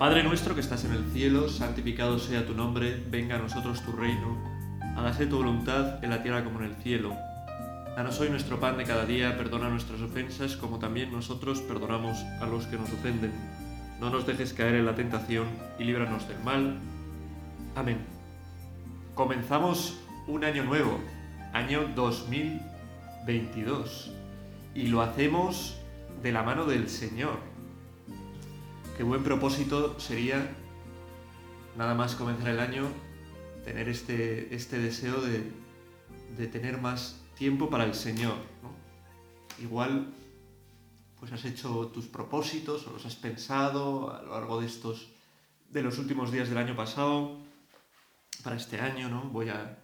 Padre nuestro que estás en el cielo, santificado sea tu nombre, venga a nosotros tu reino, hágase tu voluntad en la tierra como en el cielo. Danos hoy nuestro pan de cada día, perdona nuestras ofensas como también nosotros perdonamos a los que nos ofenden. No nos dejes caer en la tentación y líbranos del mal. Amén. Comenzamos un año nuevo, año 2022, y lo hacemos de la mano del Señor. Qué buen propósito sería, nada más comenzar el año, tener este deseo de tener más tiempo para el Señor, ¿no? Igual pues has hecho tus propósitos o los has pensado a lo largo de los últimos días del año pasado. Para este año, ¿no? Voy a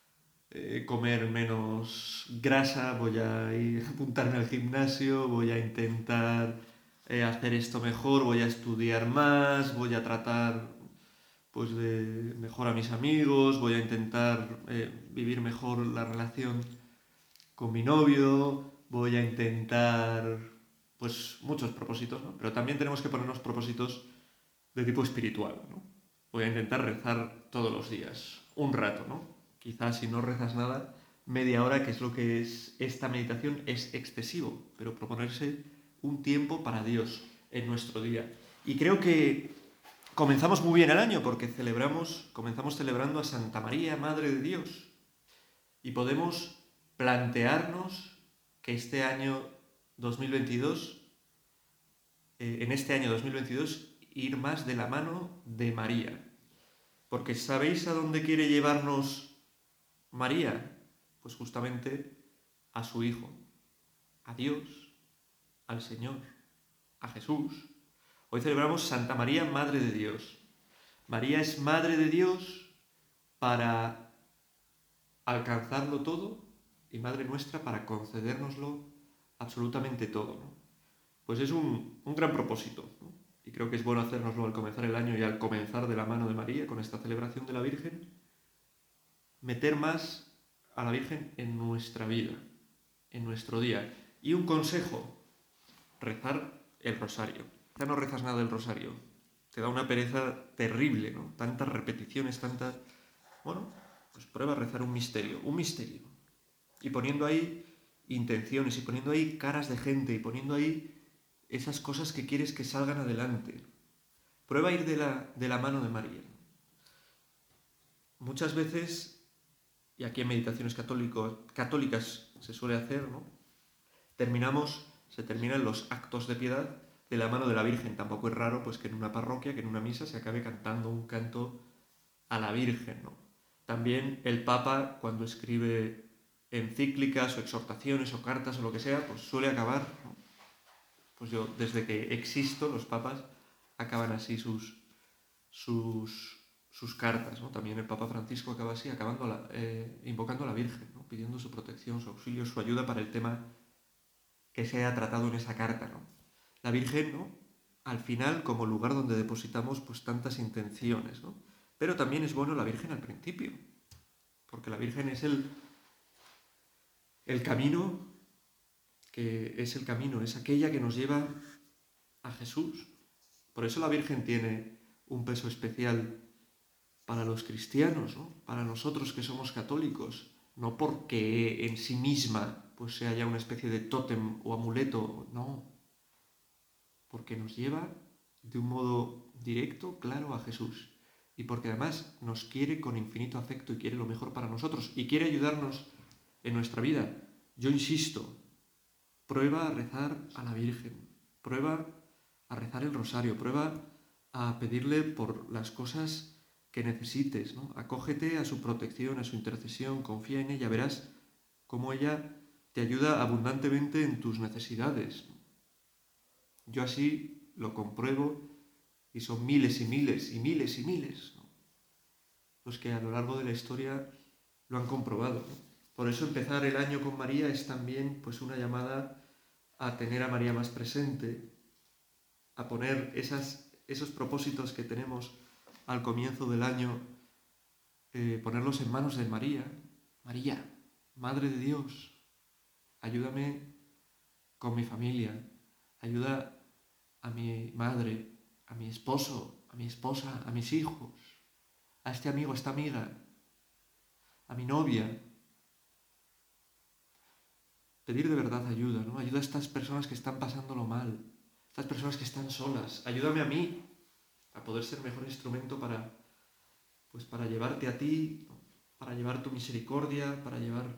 comer menos grasa, voy a apuntarme al gimnasio, voy a intentar hacer esto mejor, voy a estudiar más, voy a tratar pues de mejor a mis amigos, voy a intentar vivir mejor la relación con mi novio, voy a intentar pues muchos propósitos, ¿no? Pero también tenemos que ponernos propósitos de tipo espiritual, ¿no? Voy a intentar rezar todos los días, un rato, ¿no? Quizás si no rezas nada, media hora, que es lo que es esta meditación, es excesivo, pero proponerse un tiempo para Dios en nuestro día. Y creo que comenzamos muy bien el año porque comenzamos celebrando a Santa María, Madre de Dios, y podemos plantearnos que este año 2022, en este año 2022, ir más de la mano de María. Porque ¿sabéis a dónde quiere llevarnos María? Pues justamente a su Hijo, a Dios, al Señor, a Jesús. Hoy celebramos Santa María, Madre de Dios. María es Madre de Dios para alcanzarlo todo y Madre nuestra para concedérnoslo absolutamente todo, ¿no? Pues es un gran propósito, ¿no? Y creo que es bueno hacérnoslo al comenzar el año y al comenzar de la mano de María con esta celebración de la Virgen, meter más a la Virgen en nuestra vida, en nuestro día. Y un consejo, rezar el rosario. Ya no rezas nada del rosario, te da una pereza terrible, ¿no? Tantas repeticiones, Bueno, pues prueba a rezar un misterio. Y poniendo ahí intenciones, y poniendo ahí caras de gente, y poniendo ahí esas cosas que quieres que salgan adelante. Prueba a ir de la mano de María. Muchas veces, y aquí en meditaciones católicas se suele hacer, ¿no? Se terminan los actos de piedad de la mano de la Virgen. Tampoco es raro pues que en una parroquia, que en una misa se acabe cantando un canto a la Virgen, ¿no? También el Papa, cuando escribe encíclicas o exhortaciones o cartas o lo que sea, pues suele acabar, ¿no? Pues yo, desde que existo, los papas acaban así sus cartas, ¿no? También el Papa Francisco acaba así, invocando a la Virgen, ¿no? Pidiendo su protección, su auxilio, su ayuda para el tema que se haya tratado en esa carta, ¿no? La Virgen, ¿no? Al final, como lugar donde depositamos pues tantas intenciones, ¿no? Pero también es bueno la Virgen al principio, porque la Virgen es el camino, es aquella que nos lleva a Jesús. Por eso la Virgen tiene un peso especial para los cristianos, ¿no? Para nosotros que somos católicos, no porque en sí misma pues sea ya una especie de tótem o amuleto, no, porque nos lleva de un modo directo, claro, a Jesús, y porque además nos quiere con infinito afecto y quiere lo mejor para nosotros y quiere ayudarnos en nuestra vida. Yo insisto, prueba a rezar a la Virgen, prueba a rezar el rosario, prueba a pedirle por las cosas que necesites, ¿no? Acógete a su protección, a su intercesión, confía en ella, verás cómo ella te ayuda abundantemente en tus necesidades. Yo así lo compruebo y son miles y miles y miles y miles, ¿no? Los que a lo largo de la historia lo han comprobado, ¿no? Por eso empezar el año con María es también pues una llamada a tener a María más presente, a poner esos propósitos que tenemos al comienzo del año, ponerlos en manos de María. María, Madre de Dios, ayúdame con mi familia, ayuda a mi madre, a mi esposo, a mi esposa, a mis hijos, a este amigo, a esta amiga, a mi novia. Pedir de verdad ayuda, ¿no? Ayuda a estas personas que están pasándolo mal, estas personas que están solas. Ayúdame a mí a poder ser mejor instrumento para llevarte a ti, para llevar tu misericordia, para llevar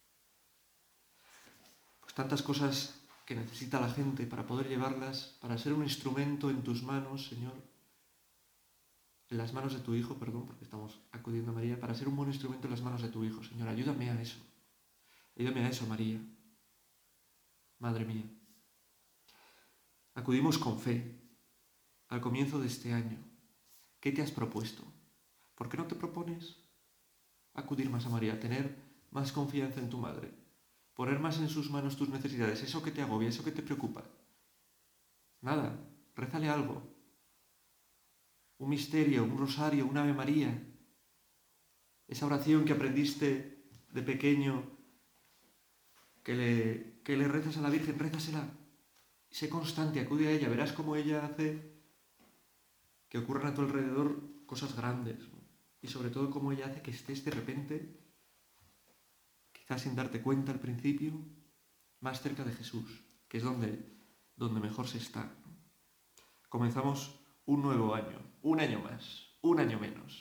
pues tantas cosas que necesita la gente, para poder llevarlas, para ser un instrumento en tus manos, Señor, en las manos de tu Hijo, perdón, porque estamos acudiendo a María, para ser un buen instrumento en las manos de tu Hijo, Señor. Ayúdame a eso. Ayúdame a eso, María. Madre mía. Acudimos con fe al comienzo de este año. ¿Qué te has propuesto? ¿Por qué no te propones acudir más a María, tener más confianza en tu madre, poner más en sus manos tus necesidades, eso que te agobia, eso que te preocupa? Nada, rézale algo. Un misterio, un rosario, un Ave María. Esa oración que aprendiste de pequeño, que le rezas a la Virgen, rézasela. Sé constante, acude a ella, verás cómo ella hace que ocurran a tu alrededor cosas grandes, ¿no? Y sobre todo cómo ella hace que estés de repente, quizás sin darte cuenta al principio, más cerca de Jesús, que es donde mejor se está, ¿no? Comenzamos un nuevo año, un año más, un año menos.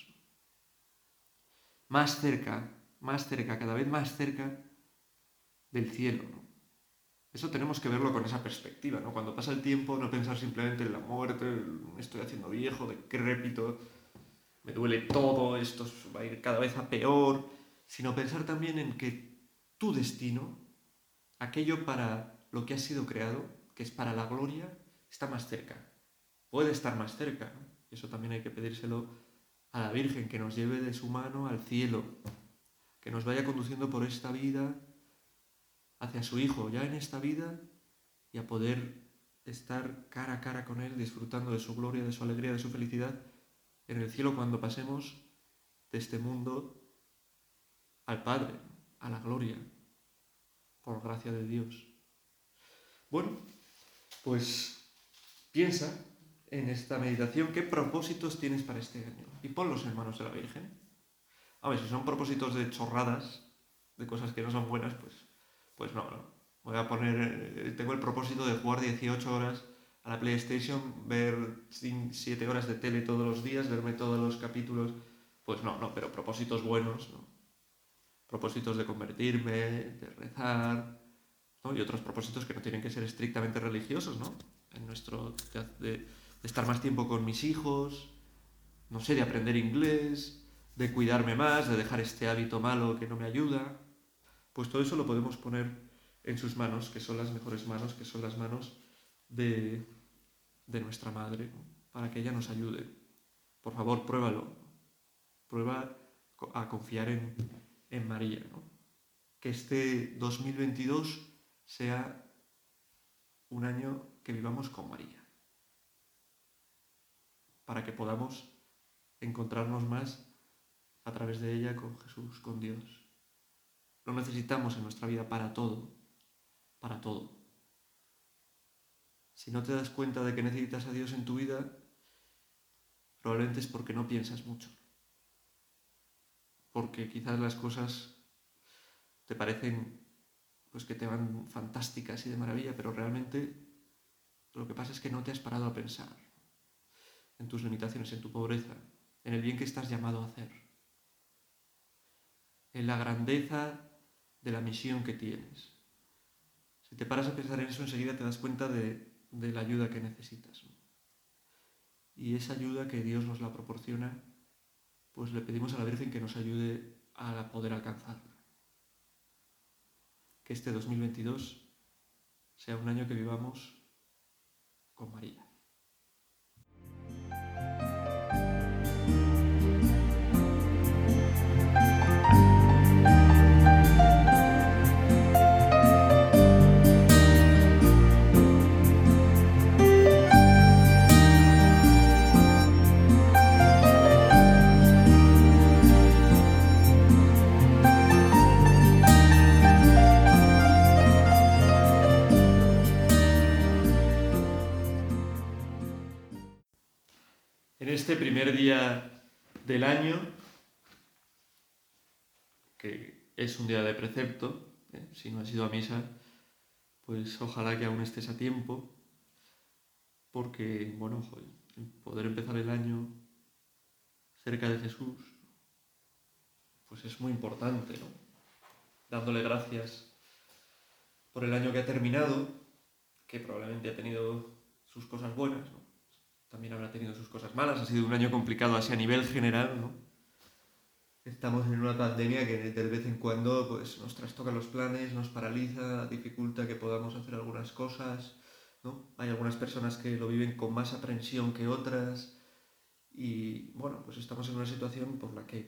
Más cerca, cada vez más cerca del cielo, ¿no? Eso tenemos que verlo con esa perspectiva, ¿no? Cuando pasa el tiempo, no pensar simplemente en la muerte, me estoy haciendo viejo, decrépito, me duele todo, esto va a ir cada vez a peor, sino pensar también en que tu destino, aquello para lo que has sido creado, que es para la gloria, está más cerca. Puede estar más cerca, ¿no? Y eso también hay que pedírselo a la Virgen, que nos lleve de su mano al cielo, que nos vaya conduciendo por esta vida hacia su Hijo, ya en esta vida, y a poder estar cara a cara con Él, disfrutando de su gloria, de su alegría, de su felicidad, en el cielo cuando pasemos de este mundo al Padre, a la gloria, por gracia de Dios. Bueno, pues piensa en esta meditación qué propósitos tienes para este año y ponlos en manos de la Virgen. A ver, si son propósitos de chorradas, de cosas que no son buenas, pues no. Voy a poner, tengo el propósito de jugar 18 horas a la PlayStation, ver 7 horas de tele todos los días, verme todos los capítulos. Pues no, pero propósitos buenos, ¿no? Propósitos de convertirme, de rezar, ¿no? Y otros propósitos que no tienen que ser estrictamente religiosos, ¿no? De estar más tiempo con mis hijos, no sé, de aprender inglés, de cuidarme más, de dejar este hábito malo que no me ayuda. Pues todo eso lo podemos poner en sus manos, que son las mejores manos, que son las manos de nuestra Madre, ¿no? Para que ella nos ayude. Por favor, pruébalo. Prueba a confiar en María, ¿no? Que este 2022 sea un año que vivamos con María, para que podamos encontrarnos más a través de ella con Jesús, con Dios. Lo necesitamos en nuestra vida para todo, para todo. Si no te das cuenta de que necesitas a Dios en tu vida, probablemente es porque no piensas mucho. Porque quizás las cosas te parecen pues que te van fantásticas y de maravilla, pero realmente lo que pasa es que no te has parado a pensar en tus limitaciones, en tu pobreza, en el bien que estás llamado a hacer, en la grandeza de la misión que tienes. Si te paras a pensar en eso, enseguida te das cuenta de la ayuda que necesitas, ¿no? Y esa ayuda que Dios nos la proporciona, pues le pedimos a la Virgen que nos ayude a poder alcanzarla. Que este 2022 sea un año que vivamos con María. este primer día del año, que es un día de precepto, si no has ido a misa, pues ojalá que aún estés a tiempo, porque, bueno, joder, poder empezar el año cerca de Jesús, pues es muy importante, ¿no? Dándole gracias por el año que ha terminado, que probablemente ha tenido sus cosas buenas, ¿no? También habrá tenido sus cosas malas, ha sido un año complicado así a nivel general, ¿no? Estamos en una pandemia que de vez en cuando pues, nos trastoca los planes, nos paraliza, dificulta que podamos hacer algunas cosas, ¿no? Hay algunas personas que lo viven con más aprensión que otras y bueno, pues estamos en una situación por la que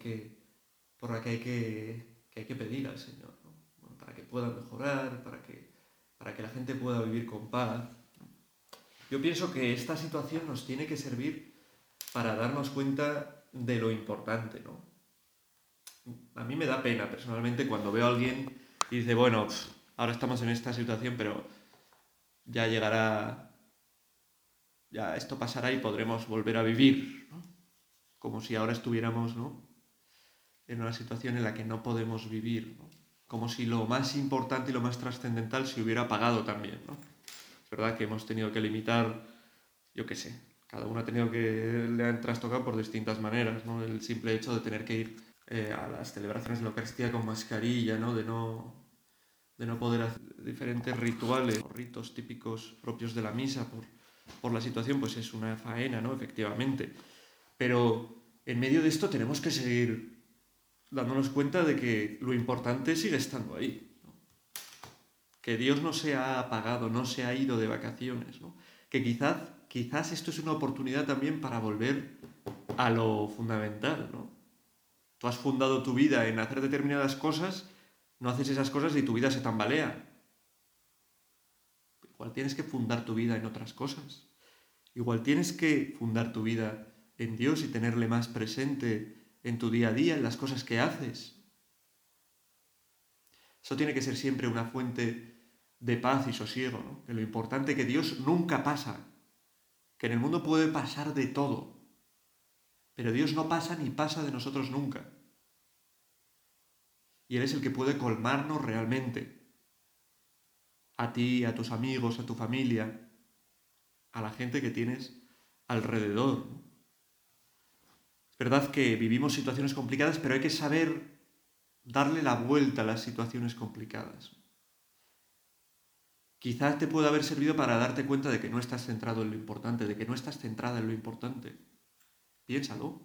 hay que pedir al Señor, ¿no? Bueno, para que pueda mejorar, para que la gente pueda vivir con paz. Yo pienso que esta situación nos tiene que servir para darnos cuenta de lo importante, ¿no? A mí me da pena personalmente cuando veo a alguien y dice, bueno, ahora estamos en esta situación, pero ya llegará, ya esto pasará y podremos volver a vivir, ¿no? Como si ahora estuviéramos, ¿no?, en una situación en la que no podemos vivir, ¿no? Como si lo más importante y lo más trascendental se hubiera apagado también, ¿no? Es verdad que hemos tenido que limitar, yo qué sé, cada uno ha tenido que le han trastocado por distintas maneras, ¿no? El simple hecho de tener que ir a las celebraciones de la Eucaristía con mascarilla, ¿no? De no poder hacer diferentes rituales o ritos típicos propios de la misa por la situación, pues es una faena, ¿no? Efectivamente. Pero en medio de esto tenemos que seguir dándonos cuenta de que lo importante sigue estando ahí, ¿no? Que Dios no se ha apagado, no se ha ido de vacaciones, ¿no? Que quizás esto es una oportunidad también para volver a lo fundamental, ¿no? Tú has fundado tu vida en hacer determinadas cosas, no haces esas cosas y tu vida se tambalea. Igual tienes que fundar tu vida en otras cosas. Igual tienes que fundar tu vida en Dios y tenerle más presente en tu día a día, en las cosas que haces. Eso tiene que ser siempre una fuente de paz y sosiego, ¿no? Que lo importante es que Dios nunca pasa, que en el mundo puede pasar de todo, pero Dios no pasa ni pasa de nosotros nunca. Y Él es el que puede colmarnos realmente. A ti, a tus amigos, a tu familia, a la gente que tienes alrededor, ¿no? Es verdad que vivimos situaciones complicadas, pero hay que saber darle la vuelta a las situaciones complicadas. Quizás te pueda haber servido para darte cuenta de que no estás centrado en lo importante, de que no estás centrada en lo importante. Piénsalo.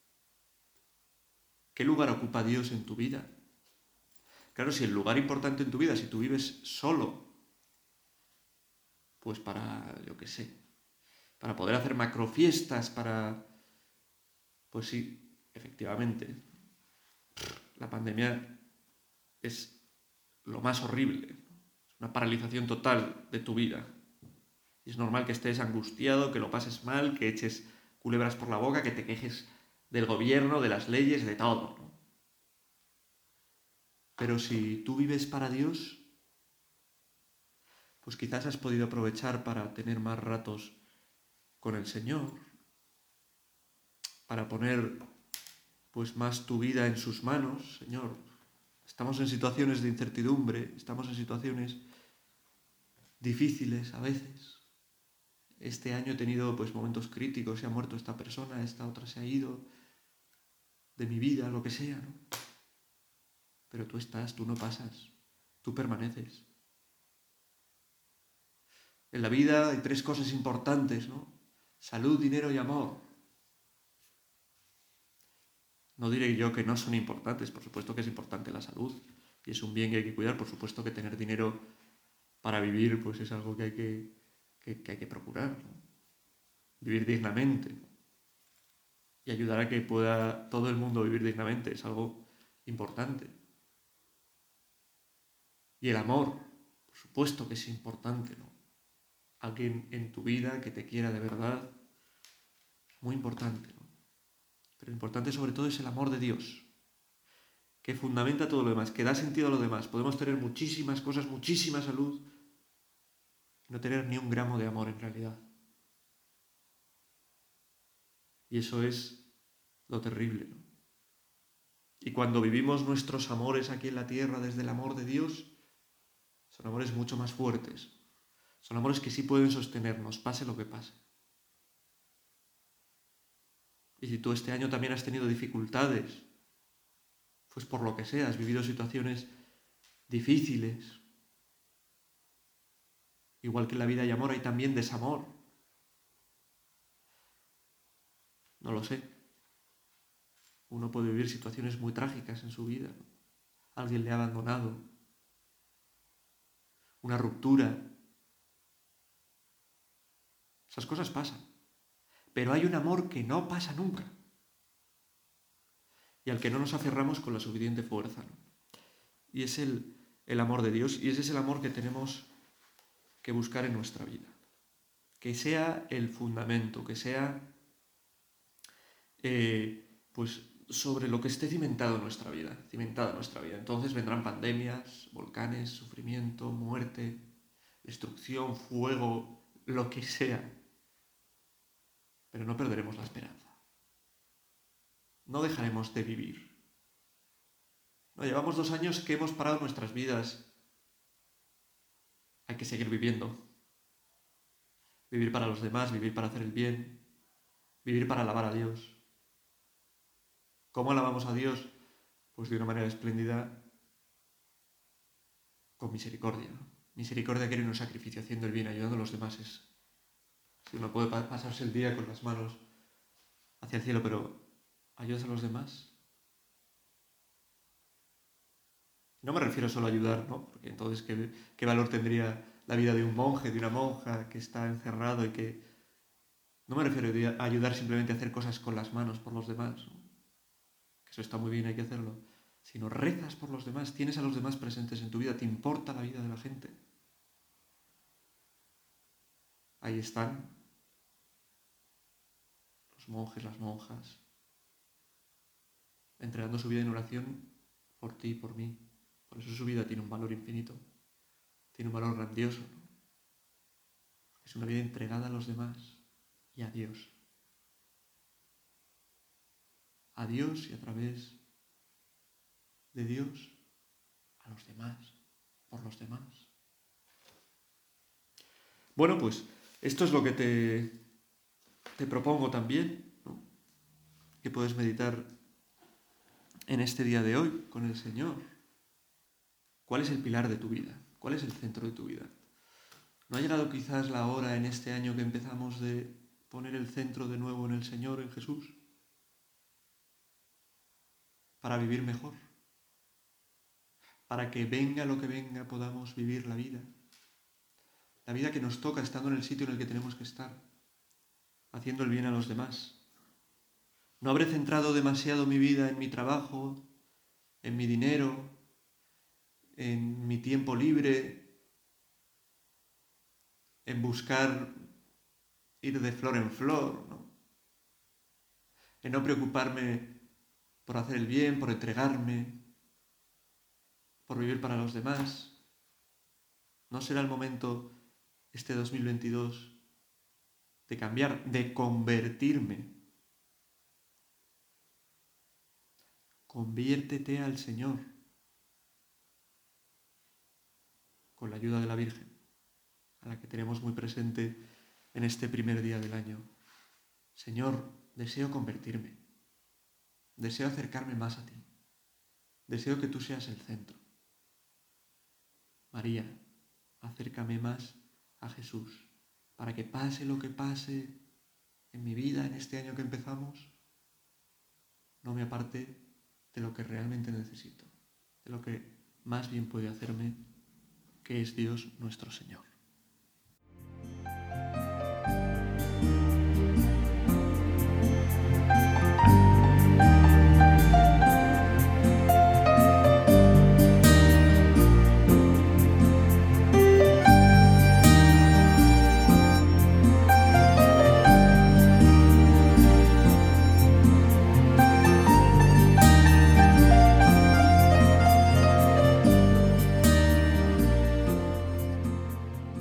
¿Qué lugar ocupa Dios en tu vida? Claro, si el lugar importante en tu vida, si tú vives solo, pues para, yo qué sé, para poder hacer macrofiestas, pues sí, efectivamente, la pandemia es lo más horrible, es una paralización total de tu vida. Y es normal que estés angustiado, que lo pases mal, que eches culebras por la boca, que te quejes del gobierno, de las leyes, de todo, ¿no? Pero si tú vives para Dios, pues quizás has podido aprovechar para tener más ratos con el Señor, para poner pues más tu vida en sus manos. Señor, estamos en situaciones de incertidumbre, estamos en situaciones difíciles a veces. Este año he tenido pues momentos críticos, se ha muerto esta persona, esta otra se ha ido de mi vida, lo que sea, ¿no? Pero tú estás, tú no pasas, tú permaneces. En la vida hay tres cosas importantes, ¿no? Salud, dinero y amor. No diré yo que no son importantes, por supuesto que es importante la salud y es un bien que hay que cuidar, por supuesto que tener dinero para vivir pues es algo que hay que procurar, ¿no? Vivir dignamente, ¿no? Y ayudar a que pueda todo el mundo vivir dignamente es algo importante. Y el amor, por supuesto que es importante, ¿no? Alguien en tu vida que te quiera de verdad, muy importante, ¿no? Pero lo importante sobre todo es el amor de Dios, que fundamenta todo lo demás, que da sentido a lo demás. Podemos tener muchísimas cosas, muchísima salud, y no tener ni un gramo de amor en realidad. Y eso es lo terrible, ¿no? Y cuando vivimos nuestros amores aquí en la tierra desde el amor de Dios, son amores mucho más fuertes. Son amores que sí pueden sostenernos, pase lo que pase. Y si tú este año también has tenido dificultades, pues por lo que sea, has vivido situaciones difíciles, igual que en la vida hay amor, hay también desamor. No lo sé. Uno puede vivir situaciones muy trágicas en su vida, ¿no? Alguien le ha abandonado, una ruptura. Esas cosas pasan. Pero hay un amor que no pasa nunca y al que no nos aferramos con la suficiente fuerza, ¿no? Y es el amor de Dios, y ese es el amor que tenemos que buscar en nuestra vida. Que sea el fundamento, que sea pues sobre lo que esté cimentada nuestra vida. Entonces vendrán pandemias, volcanes, sufrimiento, muerte, destrucción, fuego, lo que sea. Pero no perderemos la esperanza. No dejaremos de vivir. No, llevamos 2 años que hemos parado nuestras vidas. Hay que seguir viviendo. Vivir para los demás, vivir para hacer el bien, vivir para alabar a Dios. ¿Cómo alabamos a Dios? Pues de una manera espléndida, con misericordia, ¿no? Misericordia quiere un sacrificio, haciendo el bien, ayudando a los demás. Si uno puede pasarse el día con las manos hacia el cielo, pero ¿ayudas a los demás? No me refiero solo a ayudar, ¿no? Porque entonces, ¿qué valor tendría la vida de un monje, de una monja que está encerrado y que... No me refiero a ayudar simplemente a hacer cosas con las manos por los demás, ¿no? Que eso está muy bien, hay que hacerlo. Sino rezas por los demás, tienes a los demás presentes en tu vida, te importa la vida de la gente. Ahí están los monjes, las monjas, entregando su vida en oración por ti y por mí. Por eso su vida tiene un valor infinito, tiene un valor grandioso, ¿no? Es una vida entregada a los demás y a Dios. A Dios y a través de Dios a los demás, por los demás. Bueno, pues esto es lo que te propongo también, ¿no? Que puedes meditar en este día de hoy con el Señor. ¿Cuál es el pilar de tu vida? ¿Cuál es el centro de tu vida? ¿No ha llegado quizás la hora en este año que empezamos de poner el centro de nuevo en el Señor, en Jesús? Para vivir mejor. Para que venga lo que venga podamos vivir la vida. La vida que nos toca estando en el sitio en el que tenemos que estar. Haciendo el bien a los demás. No habré centrado demasiado mi vida en mi trabajo, en mi dinero, en mi tiempo libre, en buscar ir de flor en flor, ¿no? En no preocuparme por hacer el bien, por entregarme, por vivir para los demás. ¿No será el momento, este 2022, de cambiar, de convertirme? Conviértete al Señor, con la ayuda de la Virgen, a la que tenemos muy presente en este primer día del año. Señor, deseo convertirme, deseo acercarme más a ti, deseo que tú seas el centro. María, acércame más a Jesús, para que pase lo que pase en mi vida en este año que empezamos, no me aparte de lo que realmente necesito, de lo que más bien puede hacerme, que es Dios nuestro Señor.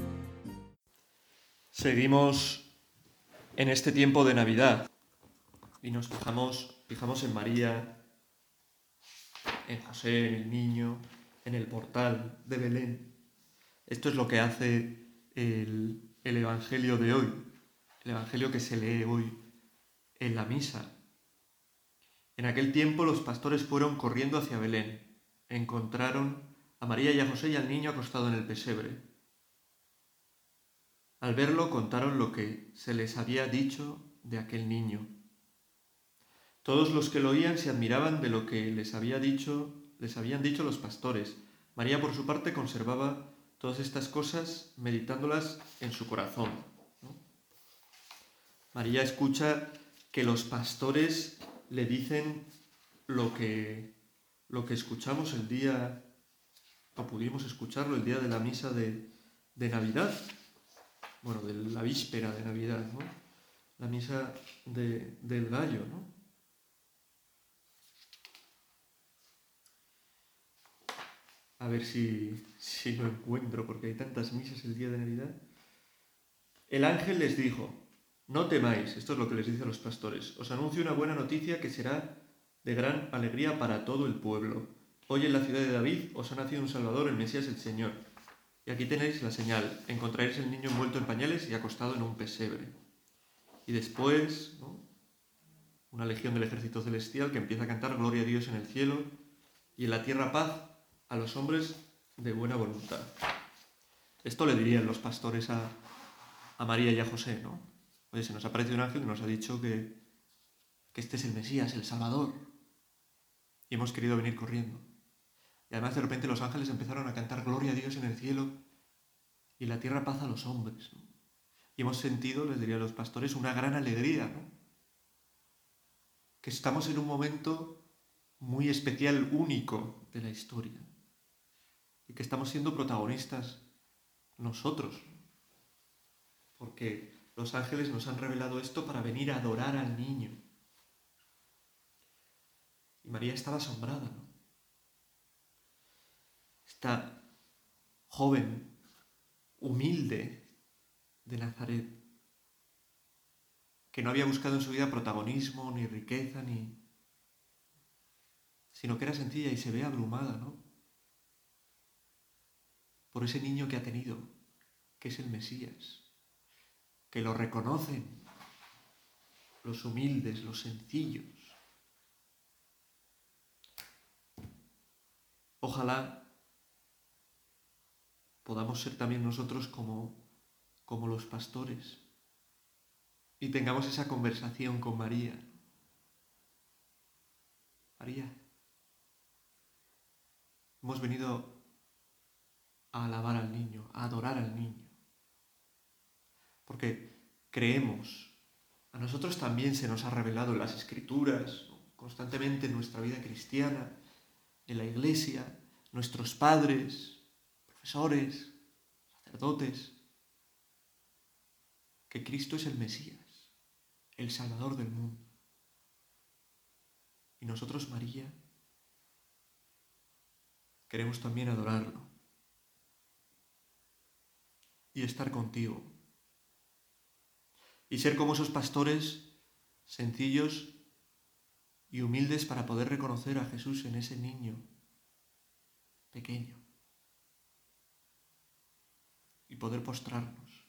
Seguimos en este tiempo de Navidad, y nos fijamos en María, en José, en el niño, en el portal de Belén. Esto es lo que hace el Evangelio de hoy, el Evangelio que se lee hoy en la misa. En aquel tiempo los pastores fueron corriendo hacia Belén. Encontraron a María y a José y al niño acostado en el pesebre. Al verlo contaron lo que se les había dicho de aquel niño. Todos los que lo oían se admiraban de lo que les habían dicho los pastores. María, por su parte, conservaba todas estas cosas meditándolas en su corazón, ¿no? María escucha que los pastores le dicen lo que escuchamos el día, o pudimos escucharlo el día de la misa de Navidad, bueno, de la víspera de Navidad, ¿no? La misa del gallo, ¿no? A ver si lo encuentro, porque hay tantas misas el día de Navidad. El ángel les dijo: no temáis, esto es lo que les dice a los pastores, os anuncio una buena noticia que será de gran alegría para todo el pueblo. Hoy en la ciudad de David os ha nacido un Salvador, el Mesías, el Señor. Y aquí tenéis la señal: encontraréis el niño envuelto en pañales y acostado en un pesebre. Y después, ¿no?, una legión del ejército celestial que empieza a cantar gloria a Dios en el cielo y en la tierra paz a los hombres de buena voluntad. Esto le dirían los pastores a María y a José, ¿no? Oye, se nos ha aparecido un ángel y nos ha dicho que este es el Mesías, el Salvador. Y hemos querido venir corriendo. Y además de repente los ángeles empezaron a cantar gloria a Dios en el cielo y en la tierra paz a los hombres, ¿no? Y hemos sentido, les diría a los pastores, una gran alegría, ¿no? Que estamos en un momento muy especial, único de la historia. Y que estamos siendo protagonistas nosotros. Porque los ángeles nos han revelado esto para venir a adorar al niño. Y María estaba asombrada, ¿no? Esta joven, humilde de Nazaret, que no había buscado en su vida protagonismo, ni riqueza, sino que era sencilla y se ve abrumada, ¿no?, por ese niño que ha tenido, que es el Mesías, que lo reconocen los humildes, los sencillos. Ojalá podamos ser también nosotros como los pastores y tengamos esa conversación con María. María, hemos venido a alabar al niño, a adorar al niño, porque creemos, a nosotros también se nos ha revelado en las Escrituras, constantemente en nuestra vida cristiana, en la Iglesia, nuestros padres, profesores, sacerdotes, que Cristo es el Mesías, el Salvador del mundo. Y nosotros, María, queremos también adorarlo y estar contigo. Y ser como esos pastores sencillos y humildes para poder reconocer a Jesús en ese niño pequeño y poder postrarnos.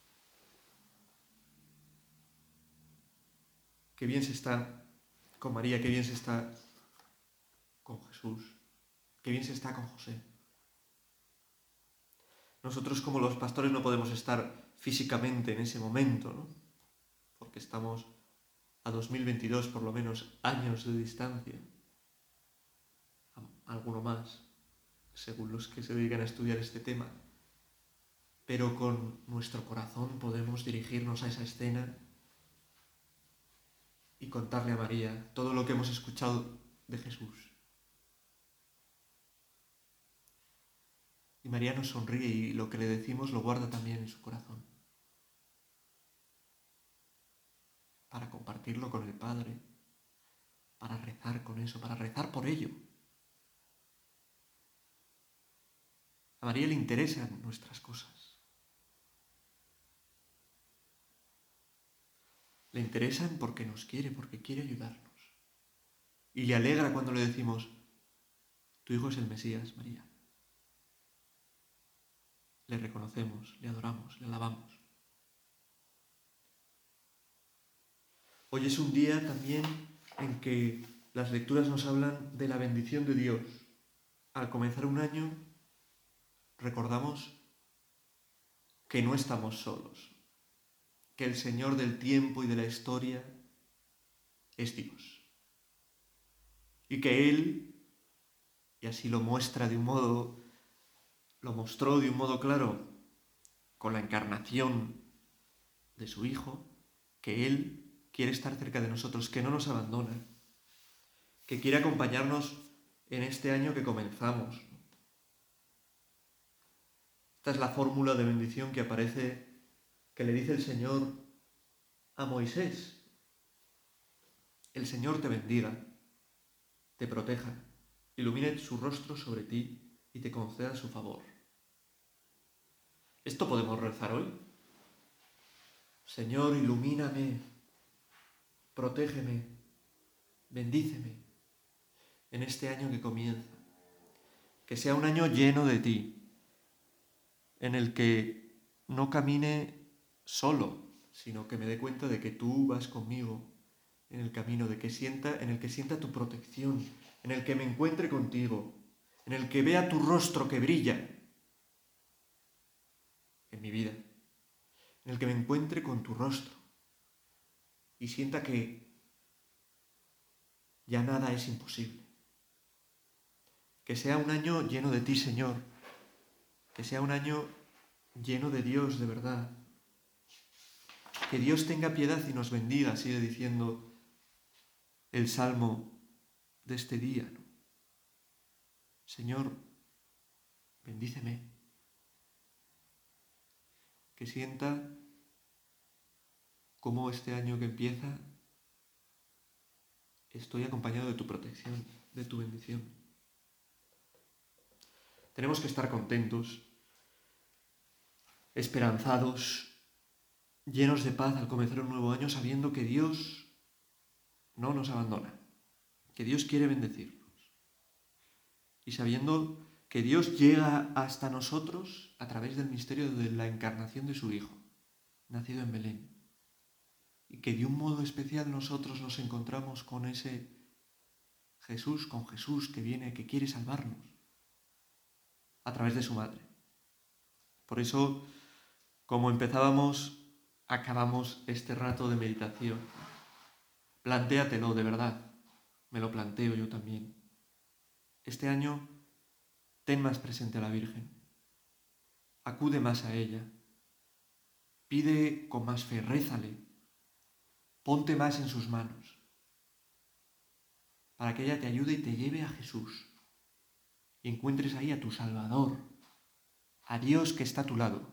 Qué bien se está con María, qué bien se está con Jesús, qué bien se está con José. Nosotros, como los pastores, no podemos estar físicamente en ese momento, ¿no?, porque estamos a 2022, por lo menos, años de distancia, alguno más, según los que se dedican a estudiar este tema. Pero con nuestro corazón podemos dirigirnos a esa escena y contarle a María todo lo que hemos escuchado de Jesús. Y María nos sonríe y lo que le decimos lo guarda también en su corazón, para compartirlo con el Padre, para rezar con eso, para rezar por ello. A María le interesan nuestras cosas. Le interesan porque nos quiere, porque quiere ayudarnos. Y le alegra cuando le decimos, tu hijo es el Mesías, María. Le reconocemos, le adoramos, le alabamos. Hoy es un día también en que las lecturas nos hablan de la bendición de Dios. Al comenzar un año, recordamos que no estamos solos, que el Señor del tiempo y de la historia es Dios. Y que Él, y así lo mostró de un modo claro con la encarnación de su Hijo, que Él quiere estar cerca de nosotros, que no nos abandona, que quiere acompañarnos en este año que comenzamos. Esta es la fórmula de bendición que aparece, que le dice el Señor a Moisés. El Señor te bendiga, te proteja, ilumine su rostro sobre ti y te conceda su favor. ¿Esto podemos rezar hoy? Señor, ilumíname, protégeme, bendíceme en este año que comienza. Que sea un año lleno de ti, en el que no camine solo, sino que me dé cuenta de que tú vas conmigo en el camino, en el que sienta tu protección, en el que me encuentre contigo, en el que vea tu rostro que brilla en mi vida, en el que me encuentre con tu rostro y sienta que ya nada es imposible. Que sea un año lleno de ti, Señor, que sea un año lleno de Dios de verdad. Que Dios tenga piedad y nos bendiga, sigue diciendo el salmo de este día, ¿no? Señor, bendíceme. Que sienta cómo este año que empieza estoy acompañado de tu protección, de tu bendición. Tenemos que estar contentos, esperanzados, llenos de paz al comenzar un nuevo año, sabiendo que Dios no nos abandona, que Dios quiere bendecirnos. Y sabiendo que Dios llega hasta nosotros a través del misterio de la encarnación de su Hijo, nacido en Belén. Y que de un modo especial nosotros nos encontramos con ese Jesús, con Jesús que viene, que quiere salvarnos a través de su madre. Por eso, como empezábamos, acabamos este rato de meditación. Plantéatelo de verdad, me lo planteo yo también. Este año, ten más presente a la Virgen, acude más a ella, pide con más fe, rézale, ponte más en sus manos, para que ella te ayude y te lleve a Jesús y encuentres ahí a tu Salvador, a Dios que está a tu lado,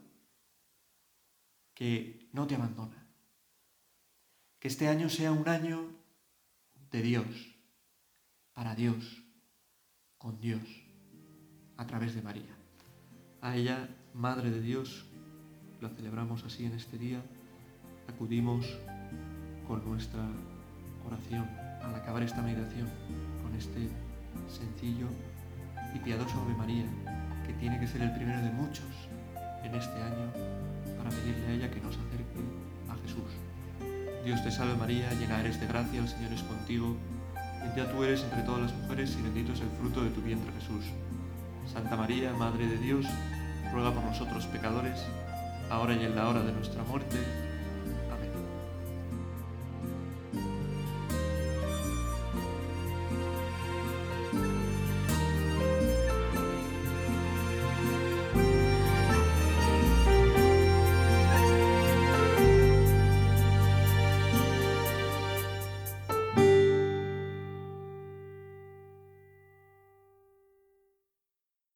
que no te abandona. Que este año sea un año de Dios, para Dios, con Dios, a través de María. A ella, Madre de Dios, la celebramos así en este día, acudimos con nuestra oración al acabar esta meditación, con este sencillo y piadoso Ave María, que tiene que ser el primero de muchos en este año para pedirle a ella que nos acerque a Jesús. Dios te salve María, llena eres de gracia, el Señor es contigo, bendita tú eres entre todas las mujeres y bendito es el fruto de tu vientre Jesús. Santa María, Madre de Dios, ruega por nosotros pecadores, ahora y en la hora de nuestra muerte.